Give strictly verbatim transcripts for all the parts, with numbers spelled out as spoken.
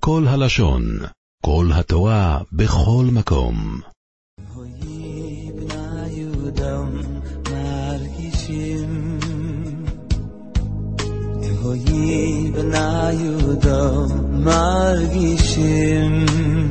כל הלשון, כל התורה, בכל מקום. הוי בני יהודם מרגישים, הוי בני יהודם מרגישים,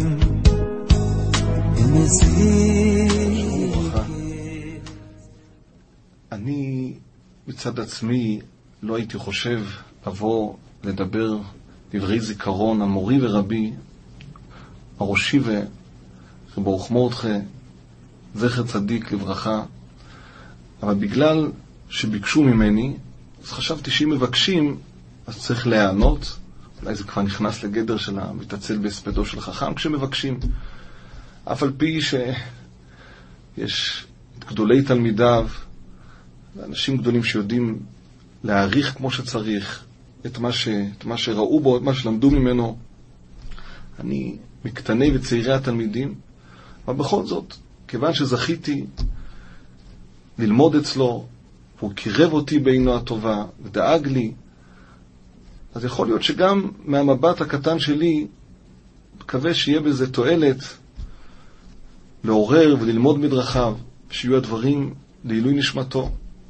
אני מצד עצמי לא הייתי חושב לבוא לדבר דברי זיכרון המורי ורבי הראשי וברוך מרדכי זכר צדיק לברכה, אבל בגלל שביקשו ממני אז חשבתי שאם מבקשים אז צריך להיענות. אולי זה כבר נכנס לגדר של המתעצל בהספדו של חכם כשמבקשים, אף על פי שיש את גדולי תלמידיו אנשים גדולים שיודעים להעריך כמו שצריך את מה, ש... את מה שראו בו, את מה שלמדו ממנו. אני מקטני וצעירי התלמידים, אבל בכל זאת, כיוון שזכיתי ללמוד אצלו, הוא קירב אותי בעינו הטובה ודאג לי, אז יכול להיות שגם מהמבט הקטן שלי מקווה שיהיה בזה תועלת לעורר וללמוד מדרכיו, שיהיו הדברים לעילוי נשמתו.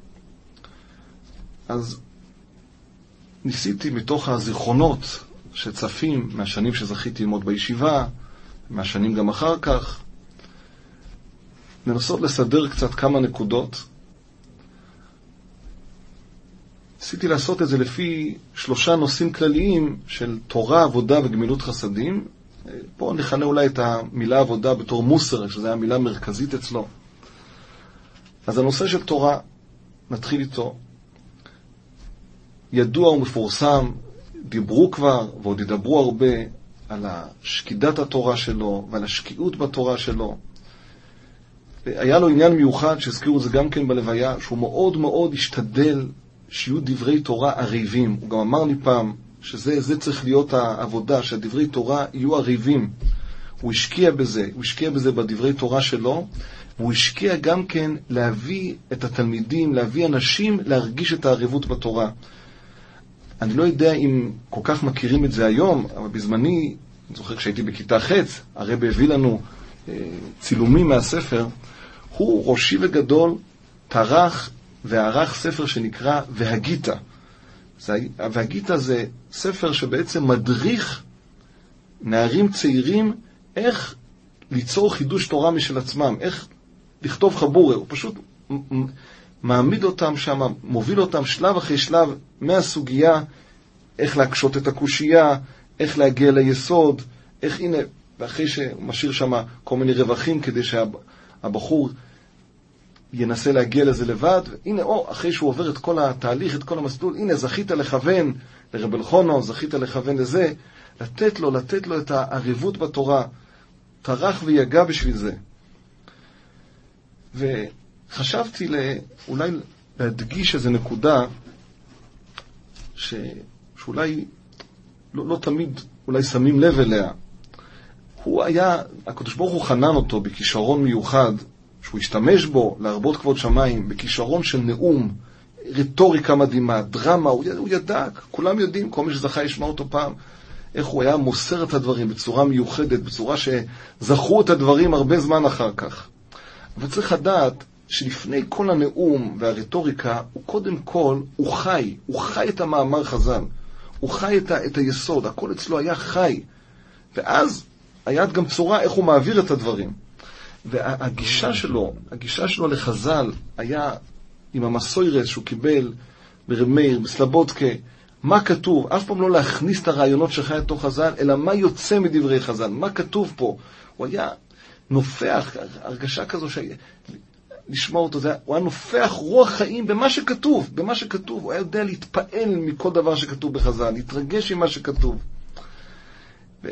אז ניסיתי מתוך הזיכרונות שצפים מהשנים שזכיתי ללמוד בישיבה, מהשנים גם אחר כך, לנסות לסדר קצת כמה נקודות. ניסיתי לעשות את זה לפי שלושה נושאים כלליים של תורה, עבודה וגמילות חסדים. פה נכנה אולי את המילה עבודה בתור מוסר, שזו המילה המרכזית אצלו. אז הנושא של תורה, נתחיל איתו. ידוע ומפורסם, דיברו כבר ועוד ידברו הרבה על השקידת התורה שלו ועל השקיעות בתורה שלו. היה לו עניין מיוחד שהזכירו את זה גם כן בלוויה, שהוא מאוד מאוד השתדל שיהיו דברי תורה עריבים. הוא גם אמר לי פעם שזה זה צריך להיות העבודה, שהדברי תורה יהיו עריבים. הוא השקיע בזה, הוא השקיע בזה בדברי תורה שלו, והוא השקיע גם כן להביא את התלמידים, להביא אנשים להרגיש את העריבות בתורה. אני לא יודע אם כל כך מכירים את זה היום, אבל בזמני, אני זוכר כשהייתי בכיתה ח', הרב הביא לנו אה, צילומים מהספר, הוא ראשי וגדול, טרח וערך ספר שנקרא והגיטה. והגיטה זה ספר שבעצם מדריך נערים צעירים איך ליצור חידוש תורה משל עצמם, איך לכתוב חבורה. הוא פשוט מעמיד אותם שם, מוביל אותם שלב אחרי שלב מהסוגיה, איך להקשות את הקושייה, איך להגיע ליסוד, איך הנה, ואחרי שהוא משאיר שם כל מיני רווחים כדי שהבחור ינסה להגיע לזה לבד, הנה, או, אחרי שהוא עובר את כל התהליך, את כל המסלול, הנה, זכית לכוון לרב אלחונו, זכית לכוון לזה, לתת לו, לתת לו את העריבות בתורה, טרח ויגע בשביל זה. וחשבתי אולי להדגיש איזו נקודה ש... שאולי לא, לא תמיד אולי שמים לב אליה. הוא היה, הקדוש ברוך הוא חנן אותו בכישרון מיוחד, שהוא השתמש בו להרבות כבוד שמיים, בכישרון של נאום, רטוריקה מדהימה, דרמה, הוא, הוא ידע, כולם יודעים, כל מי שזכה ישמע אותו פעם, איך הוא היה מוסר את הדברים בצורה מיוחדת, בצורה שזכו את הדברים הרבה זמן אחר כך. אבל צריך לדעת שלפני כל הנאום והרטוריקה, הוא קודם כל, הוא חי, הוא חי את המאמר חז"ל, הוא חי את, ה, את היסוד, הכל אצלו היה חי. ואז היה גם צורה איך הוא מעביר את הדברים. והגישה שלו, הגישה שלו לחז"ל היה עם המסוירס שהוא קיבל ברב מאיר, בסלבודקה, מה כתוב, אף פעם לא להכניס את הרעיונות שחי לתוך חז"ל, אלא מה יוצא מדברי חז"ל, מה כתוב פה. הוא היה נופח, הרגשה כזו ש... לשמוע אותו, זה... הוא היה נופח רוח חיים במה שכתוב, במה שכתוב, הוא היה יודע להתפעל מכל דבר שכתוב בחז"ל, להתרגש עם מה שכתוב. ו...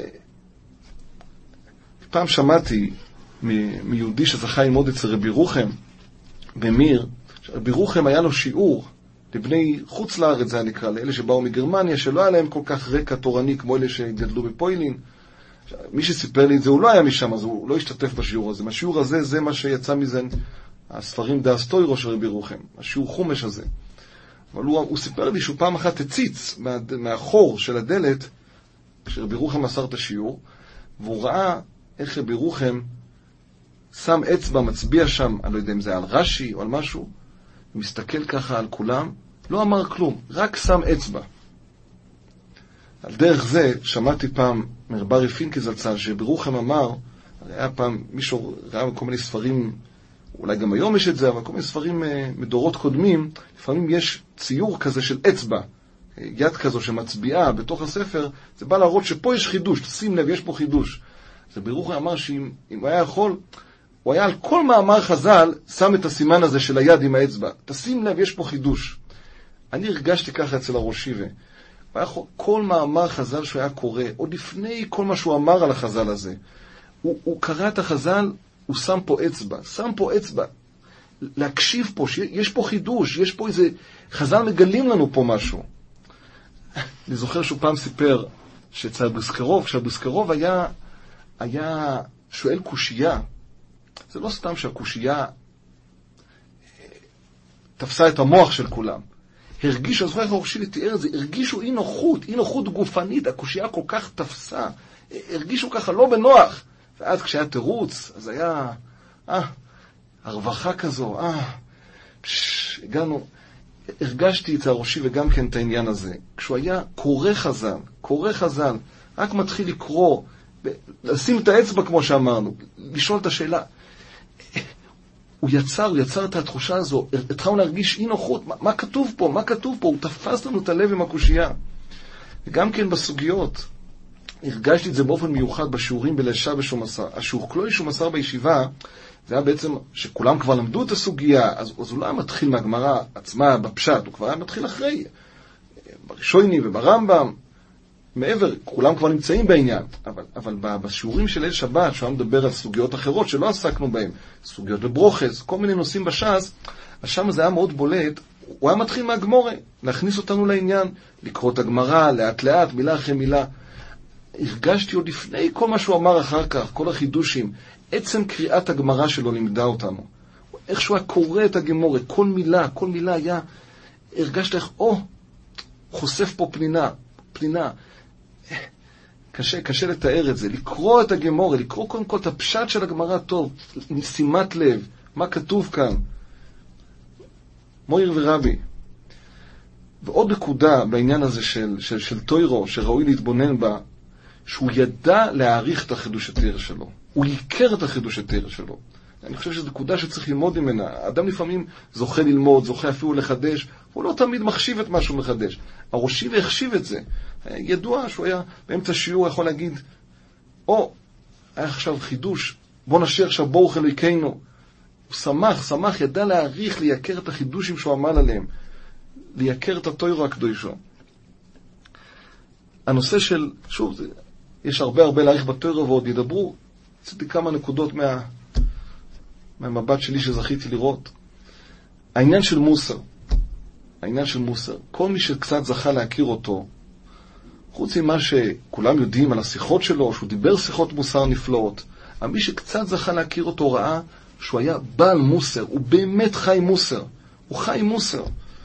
פעם שמעתי מ... מיהודי שזכה ללמוד אצל רבי רוחם במיר, רבי רוחם היה לו שיעור לבני חוץ לארץ, זה היה נקרא, לאלה שבאו מגרמניה, שלא היה להם כל כך רקע תורני כמו אלה שגדלו בפוילין. מי שסיפר לי את זה, הוא לא היה משם, אז הוא לא השתתף בשיעור הזה. מהשיעור הזה, זה מה שיצא מזה, הספרים דה סטוירו של רבי רוחם, השיעור חומש הזה. אבל הוא, הוא סיפר לי שהוא פעם אחת הציץ מה, מהחור של הדלת, כשרבי רוחם מסר את השיעור, והוא ראה איך רבי רוחם שם אצבע, מצביע שם, אני לא יודע אם זה על רש"י או על משהו, ומסתכל ככה על כולם, לא אמר כלום, רק שם אצבע. על דרך זה שמעתי פעם מרברי פינקל זצ"ל, שרבי רוחם אמר, היה פעם מישהו ראה כל מיני ספרים, אולי גם היום יש את זה, אבל כל מיני ספרים מדורות קודמים, לפעמים יש ציור כזה של אצבע, יד כזו שמצביעה בתוך הספר, זה בא להראות שפה יש חידוש, תשים לב, יש פה חידוש. אז רבי רוחם אמר שאם הוא היה יכול, הוא היה על כל מאמר חז"ל, שם את הסימן הזה של היד עם האצבע. תשים לב, יש פה חידוש. אני הרגשתי ככה אצל הראש שיבה. כל מאמר חז"ל שהוא היה קורא, עוד לפני כל מה שהוא אמר על החז"ל הזה, הוא, הוא קרא את החז"ל, הוא שם פה אצבע, שם פה אצבע. להקשיב פה, שיש פה חידוש, יש פה איזה, חז"ל מגלים לנו פה משהו. אני זוכר שהוא פעם סיפר שאצל בוסקרוב, כשהבוסקרוב היה, היה שואל קושייה, זה לא סתם שהקושייה תפסה את המוח של כולם. הרגישו, אז איך הראשי לתיאר את זה, הרגישו אי נוחות, אי נוחות גופנית, הקושייה כל כך תפסה, הרגישו ככה לא בנוח. ואז כשהיה תירוץ, אז היה, אה, הרווחה כזו, אה, פש, הגענו, הרגשתי את הראשי וגם כן את העניין הזה. כשהוא היה קורא חז"ל, קורא חז"ל, רק מתחיל לקרוא, לשים את האצבע כמו שאמרנו, לשאול את השאלה, הוא יצר, הוא יצר את התחושה הזו, התחלנו להרגיש אי נוחות, מה, מה כתוב פה, מה כתוב פה, הוא תפס לנו את הלב עם הקושייה. וגם כן בסוגיות, הרגשתי את זה באופן מיוחד בשיעורים בליל שבת ומסר. השיעור כלוי שהוא מסר בישיבה, זה היה בעצם שכולם כבר למדו את הסוגיה, אז, אז הוא לא היה מתחיל מהגמרא עצמה בפשט, הוא כבר היה מתחיל אחרי, בראשוני וברמב"ם, מעבר, כולם כבר נמצאים בעניין, אבל, אבל בשיעורים של ליל שבת, שהוא היה מדבר על סוגיות אחרות שלא עסקנו בהן, סוגיות בברוכס, כל מיני נושאים בש"ס, אז שם זה היה מאוד בולט, הוא היה מתחיל מהגמורה, להכניס אותנו לעניין, לקרוא את הגמרא, לאט לאט, מילה אחרי מילה. הרגשתי עוד לפני כל מה שהוא אמר אחר כך, כל החידושים, עצם קריאת הגמרא שלו לימדה אותנו. איך שהוא היה קורא את הגמורה, כל מילה, כל מילה היה, הרגשתי איך, או, חושף פה פנינה, פנינה. קשה, קשה לתאר את זה. לקרוא את הגמורה, לקרוא קודם כל את הפשט של הגמרא טוב, עם שימת לב, מה כתוב כאן. מויר ורבי. ועוד נקודה בעניין הזה של, של, של תוירו, שראוי להתבונן בה, שהוא ידע להעריך את החידוש התיר שלו. הוא יקר את החידוש התיר שלו. אני חושב שזו נקודה שצריך ללמוד ממנה. האדם לפעמים זוכה ללמוד, זוכה אפילו לחדש, הוא לא תמיד מחשיב את מה שהוא מחדש. הראשי והחשיב את זה. ידוע שהוא היה באמצע שיעור יכול להגיד, או, היה עכשיו חידוש, בוא נשאר עכשיו ברוך אלוהינו. הוא שמח, שמח, ידע להעריך, לייקר את החידושים שהוא עמל עליהם. לייקר את התוירו הקדושו. הנושא של, שוב, זה, יש הרבה הרבה להעריך בתוירו ועוד ידברו. עשיתי כמה נקודות מה, מהמבט שלי שזכיתי לראות. העניין של מוסר. העניין של מוסר. כל מי שקצת זכה להכיר אותו, חוץ ממה שכולם יודעים על השיחות שלו, שהוא דיבר שיחות מוסר נפלאות, אבל מי שקצת זכה להכיר אותו ראה שהוא היה בעל מוסר, הוא באמת חי מוסר. הוא חי מוסר.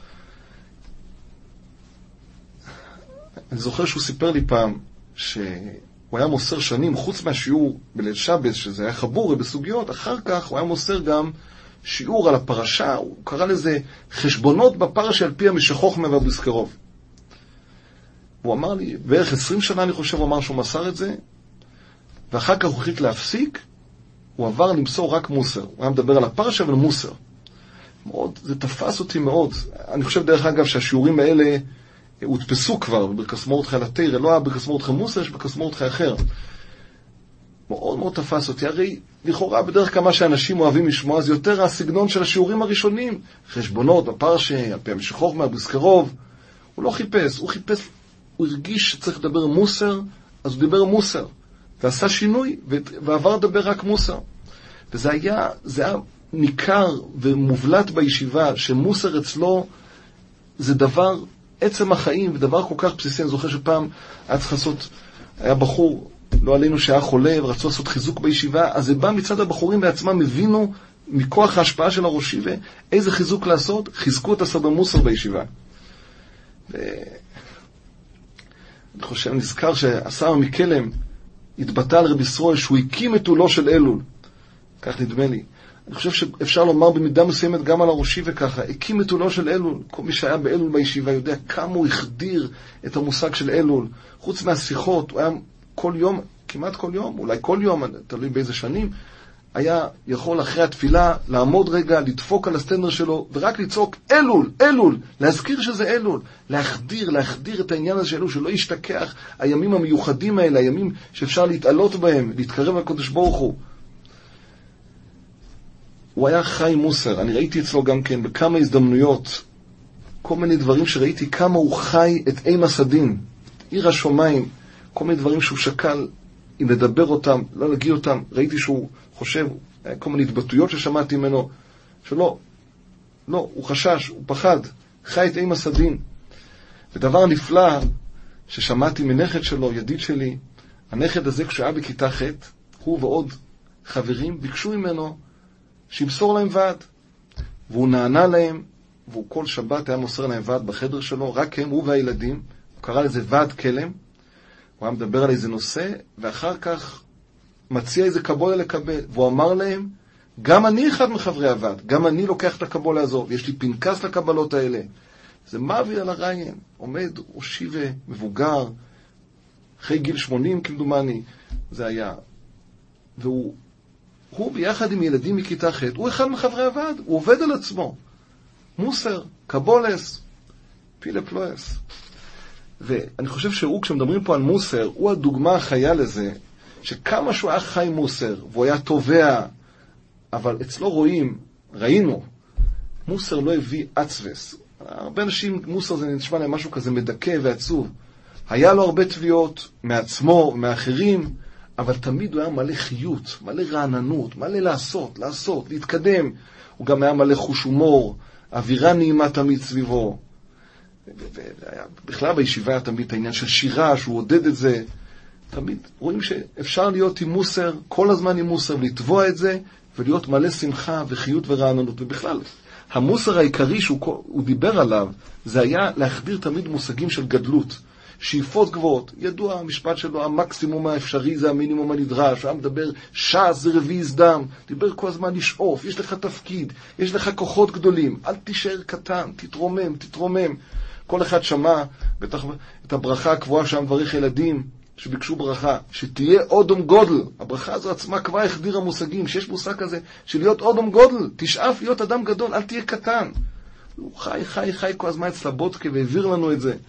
אני זוכר שהוא סיפר לי פעם שהוא היה מוסר שנים, חוץ מהשיעור בליל שבת, שזה היה חבורי בסוגיות, אחר כך הוא היה מוסר גם שיעור על הפרשה, הוא קרא לזה חשבונות בפרשה על פי המשכוחמה והבוסקרוב. הוא אמר לי, בערך עשרים שנה אני חושב, הוא אמר שהוא מסר את זה, ואחר כך הוא החליט להפסיק, הוא עבר למסור רק מוסר. הוא היה מדבר על הפרשה ולמוסר. מאוד, זה תפס אותי מאוד. אני חושב דרך אגב שהשיעורים האלה הודפסו כבר בברכס מרדכי לתורה, לא היה בברכס מרדכי מוסר, יש בברכס מרדכי אחר. מאוד מאוד תפס אותי. הרי לכאורה בדרך כמה שאנשים אוהבים לשמוע, זה יותר הסגנון של השיעורים הראשונים. חשבונות בפרשה, על פי המשכוחמה, הבוסקרוב. הוא לא חיפש, הוא חיפש, הוא הרגיש שצריך לדבר מוסר, אז הוא דיבר מוסר. ועשה שינוי, ועבר לדבר רק מוסר. וזה היה, זה היה ניכר ומובלט בישיבה, שמוסר אצלו זה דבר, עצם החיים, ודבר כל כך בסיסי. אני זוכר שפעם היה צריך לעשות, היה בחור, לא עלינו שהיה חולה, ורצו לעשות חיזוק בישיבה, אז זה בא מצד הבחורים בעצמם, הבינו מכוח ההשפעה של הראשי, ואיזה חיזוק לעשות, חיזקו את הסבא מוסר בישיבה. ו... אני חושב, נזכר שהשר מקלם התבטא על רבי ישראל שהוא הקים את עולו של אלול. כך נדמה לי. אני חושב שאפשר לומר במידה מסוימת גם על הראשי וככה, הקים את עולו של אלול. כל מי שהיה באלול בישיבה יודע כמה הוא החדיר את המושג של אלול. חוץ מהשיחות, הוא היה כל יום, כמעט כל יום, אולי כל יום, תלוי באיזה שנים, היה יכול אחרי התפילה לעמוד רגע, לדפוק על הסטנדר שלו, ורק לצעוק אלול, אלול, להזכיר שזה אלול, להחדיר, להחדיר את העניין הזה של אלול, שלא ישתכח הימים המיוחדים האלה, הימים שאפשר להתעלות בהם, להתקרב לקדוש ברוך הוא. הוא היה חי מוסר, אני ראיתי אצלו גם כן בכמה הזדמנויות, כל מיני דברים שראיתי כמה הוא חי את אימה סדין, עיר השומיים, כל מיני דברים שהוא שקל, אם לדבר אותם, לא להגיד אותם, ראיתי שהוא חושב, כל מיני התבטאויות ששמעתי ממנו, שלא, לא, הוא חשש, הוא פחד, חי את אימה סדין. ודבר נפלא ששמעתי מנכד שלו, ידיד שלי, הנכד הזה כשהיה בכיתה ח', הוא ועוד חברים ביקשו ממנו שימסור להם ועד. והוא נענה להם, והוא כל שבת היה מוסר להם ועד בחדר שלו, רק הם, הוא והילדים, הוא קרא לזה ועד כלם, הוא היה מדבר על איזה נושא, ואחר כך מציע איזה קבולה לקבל, והוא אמר להם, גם אני אחד מחברי הוועד, גם אני לוקח את הקבולה הזו, ויש לי פנקס לקבלות האלה. זה מעביר על הריין, עומד ראשי ומבוגר, אחרי גיל שמונים כמדומני, זה היה. והוא הוא ביחד עם ילדים מכיתה ח', הוא אחד מחברי הוועד, הוא עובד על עצמו. מוסר, קבולס, פילה פלויס. ואני חושב שהוא, כשמדברים פה על מוסר, הוא הדוגמה החיה לזה, שכמה שהוא היה חי מוסר, והוא היה תובע, אבל אצלו רואים, ראינו, מוסר לא הביא עצבס. הרבה אנשים, מוסר זה נשמע להם משהו כזה מדכא ועצוב. היה לו הרבה תביעות מעצמו, מאחרים, אבל תמיד הוא היה מלא חיות, מלא רעננות, מלא לעשות, לעשות, להתקדם. הוא גם היה מלא חוש הומור, אווירה נעימה תמיד סביבו. בכלל בישיבה היה תמיד העניין של שירה, שהוא עודד את זה. תמיד רואים שאפשר להיות עם מוסר, כל הזמן עם מוסר, ולתבוע את זה, ולהיות מלא שמחה וחיות ורעננות. ובכלל, המוסר העיקרי שהוא דיבר עליו, זה היה להחדיר תמיד מושגים של גדלות. שאיפות גבוהות, ידוע המשפט שלו, המקסימום האפשרי זה המינימום הנדרש, הוא היה מדבר ש"ס זה רביעי סדם, דיבר כל הזמן לשאוף, יש לך תפקיד, יש לך כוחות גדולים, אל תישאר קטן, תתרומם, תתרומם. כל אחד שמע בטח את הברכה הקבועה שם מברך ילדים שביקשו ברכה, שתהיה אודום גודל. הברכה הזו עצמה כבר החדירה מושגים, שיש מושג כזה של להיות אודום גודל, תשאף להיות אדם גדול, אל תהיה קטן. הוא חי, חי, חי כל הזמן אצל הבודקה והעביר לנו את זה.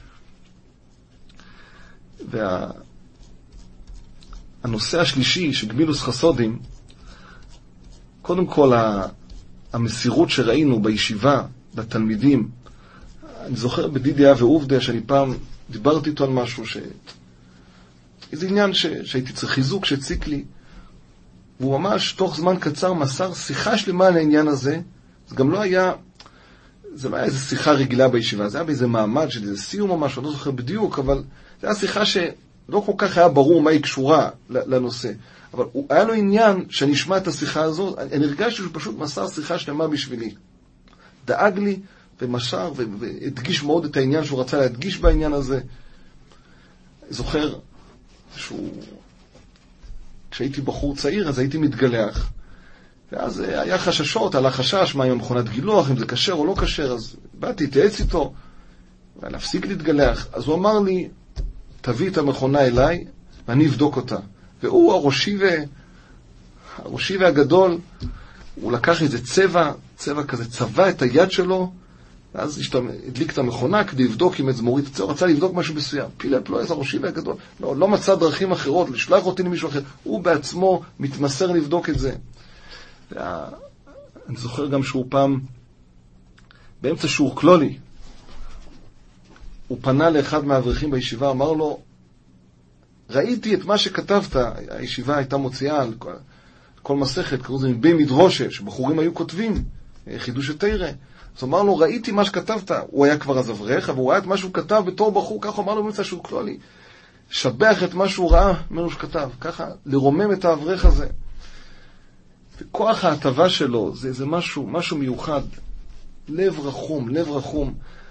והנושא השלישי שגמילוס חסודים, קודם כל המסירות שראינו בישיבה, לתלמידים. אני זוכר בדידיה ועובדיה שאני פעם דיברתי איתו על משהו, ש... איזה עניין ש... שהייתי צריך חיזוק שהציק לי, והוא ממש תוך זמן קצר מסר שיחה שלמה על העניין הזה. זה גם לא היה, זה לא היה איזו שיחה רגילה בישיבה, זה היה באיזה מעמד של איזה סיום או משהו, אני לא זוכר בדיוק, אבל זה היה שיחה שלא כל כך היה ברור מה היא קשורה לנושא. אבל הוא, היה לו עניין שאני אשמע את השיחה הזו, אני הרגשתי שהוא פשוט מסר שיחה שלמה בשבילי. דאג לי ומשר והדגיש מאוד את העניין שהוא רצה להדגיש בעניין הזה. זוכר שהוא, כשהייתי בחור צעיר אז הייתי מתגלח, ואז היה חששות על החשש מה עם המכונת גילוח, אם זה כשר או לא כשר, אז באתי, התייעץ איתו ולהפסיק להתגלח. אז הוא אמר לי, תביא את המכונה אליי ואני אבדוק אותה. והוא הראשי, ו... הראשי והגדול, הוא לקח איזה צבע, צבע כזה, צבע את היד שלו, ואז הדליק את המכונה כדי לבדוק עם אצמורית הצבע, הוא רצה לבדוק משהו מסוים. פילפ לא איזה הראשי והגדול, לא, לא מצא דרכים אחרות, לשלח אותי למישהו אחר. הוא בעצמו מתמסר לבדוק את זה. וה... אני זוכר גם שהוא פעם, באמצע שיעור כלולי, הוא פנה לאחד מהאברכים בישיבה, אמר לו, ראיתי את מה שכתבת, הישיבה הייתה מוציאה על כל, כל מסכת, קראו זה מבי מדרושה, שבחורים היו כותבים, חידוש התורה. אז אמר לו, ראיתי מה שכתבת, הוא היה כבר אז אברך, אבל הוא ראה את מה שהוא כתב בתור בחור, ככה אמר לו באמצע שהוא כלולי, שבח את מה שהוא ראה ממנו שכתב, ככה לרומם את האברך הזה. וכוח ההטבה שלו, זה, זה משהו, משהו מיוחד, לב רחום, לב רחום.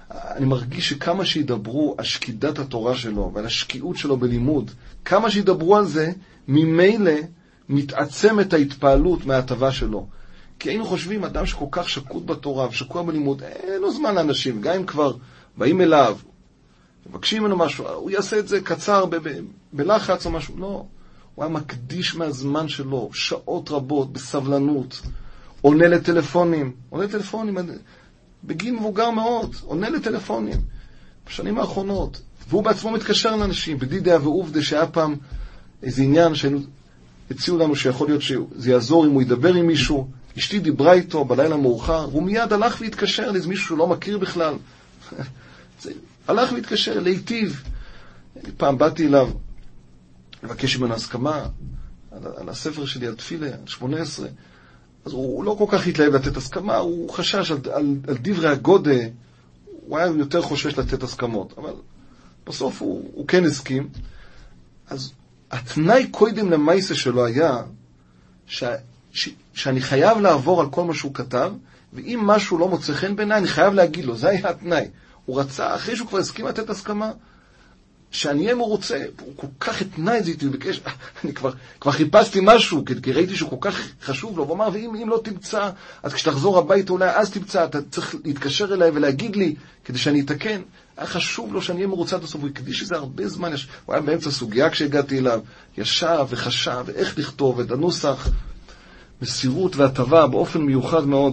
אני מרגיש שכמה שידברו על שקידת התורה שלו ועל השקיעות שלו בלימוד, כמה שידברו על זה, ממילא מתעצמת ההתפעלות מההטבה שלו. כי היינו חושבים, אדם שכל כך שקוד בתורה ושקוע בלימוד, אין לו זמן לאנשים, גם אם כבר באים אליו, מבקשים ממנו משהו, הוא יעשה את זה קצר ב- ב- בלחץ או משהו. לא, הוא היה מקדיש מהזמן שלו, שעות רבות, בסבלנות, עונה לטלפונים, עונה לטלפונים, בגיל מבוגר מאוד, עונה לטלפונים, בשנים האחרונות, והוא בעצמו מתקשר לאנשים, בדידיה ועובדה שהיה פעם איזה עניין שהציעו לנו שיכול להיות שזה יעזור אם הוא ידבר עם מישהו, אשתי דיברה איתו בלילה מאוחר, והוא מיד הלך והתקשר לאיזה מישהו שהוא לא מכיר בכלל, הלך והתקשר, להיטיב. פעם באתי אליו, לבקש ממנו הסכמה, על, על הספר שלי, על תפילה, על שמונה עשרה, אז הוא לא כל כך התלהב לתת הסכמה, הוא חשש על, על, על דברי הגודה, הוא היה יותר חושש לתת הסכמות, אבל בסוף הוא, הוא כן הסכים. אז התנאי קודם למייסה שלו היה, ש, ש, שאני חייב לעבור על כל מה שהוא כתב, ואם משהו לא מוצא חן בעיניי, אני חייב להגיד לו, זה היה התנאי. הוא רצה, אחרי שהוא כבר הסכים לתת הסכמה, שאני אהיה מרוצה, הוא כל כך התנה את זה איתי, ובקש, אני כבר, כבר חיפשתי משהו, כי ראיתי שהוא כל כך חשוב לו, הוא אמר, ואם אם לא תמצא, אז כשתחזור הביתה אולי אז תמצא, אתה צריך להתקשר אליי ולהגיד לי, כדי שאני אתקן. היה חשוב לו שאני אהיה מרוצה עד הסוף, הוא הקדיש איזה הרבה זמן, הוא היה באמצע סוגיה כשהגעתי אליו, ישב וחשב, ואיך לכתוב את הנוסח, מסירות והטבה, באופן מיוחד מאוד.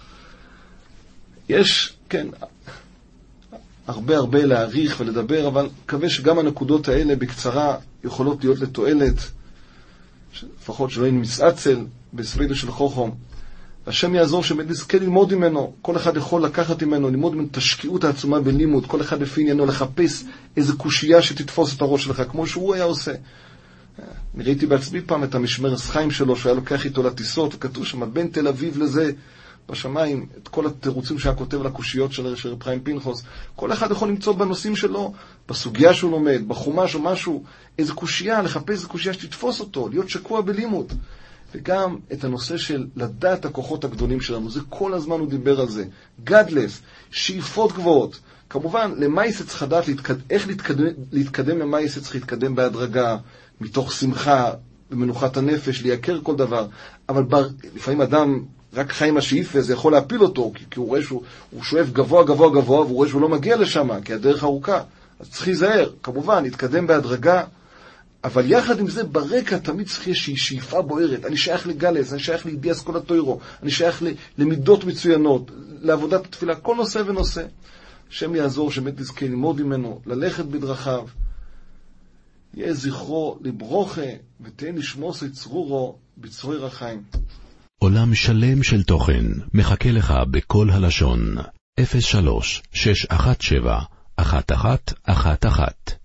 יש, כן, הרבה הרבה להעריך ולדבר, אבל מקווה שגם הנקודות האלה בקצרה יכולות להיות לתועלת, לפחות שלא יהיה מסעצל בסבידו של חוכם. השם יעזור שנזכה ללמוד ממנו, כל אחד יכול לקחת ממנו, ללמוד ממנו תשקיעות העצומה בלימוד, כל אחד לפי עניינו לחפש איזו קושייה שתתפוס את הראש שלך, כמו שהוא היה עושה. אני ראיתי בעצמי פעם את המשמר הסחיים שלו, שהוא היה לוקח איתו לטיסות, וכתוב שם בין תל אביב לזה, בשמיים, את כל התירוצים שהיה כותב על הקושיות של רב חיים פנחס. כל אחד יכול למצוא בנושאים שלו, בסוגיה שהוא לומד, בחומש או משהו, איזו קושייה, לחפש איזו קושייה שתתפוס אותו, להיות שקוע בלימוד. וגם את הנושא של לדעת הכוחות הגדולים שלנו, זה כל הזמן הוא דיבר על זה. גדלס, שאיפות גבוהות. כמובן, למייסה צריך לדעת להתקד... איך להתקדם, להתקדם למייסה צריך להתקדם בהדרגה, מתוך שמחה, במנוחת הנפש, לייקר כל דבר. אבל בר... לפעמים אדם רק חיים השאיפה, זה יכול להפיל אותו, כי, כי הוא רואה שהוא הוא שואף גבוה גבוה גבוה, והוא רואה שהוא לא מגיע לשם, כי הדרך ארוכה. אז צריך להיזהר, כמובן, להתקדם בהדרגה, אבל יחד עם זה, ברקע תמיד צריך איזושהי שאיפה בוערת. אני שייך לגלס, אני שייך לידיע סקול התוירו, אני שייך למידות מצוינות, לעבודת התפילה, כל נושא ונושא. השם יעזור, שבאמת נזכה ללמוד ממנו, ללכת בדרכיו. יהיה זכרו לברוכה, ותהן לשמוס את צרורו בצרוי רחיים. עולם שלם של תוכן מחכה לך בכל הלשון. אפס שלוש שש אחת שבע אחת אחת אחת אחת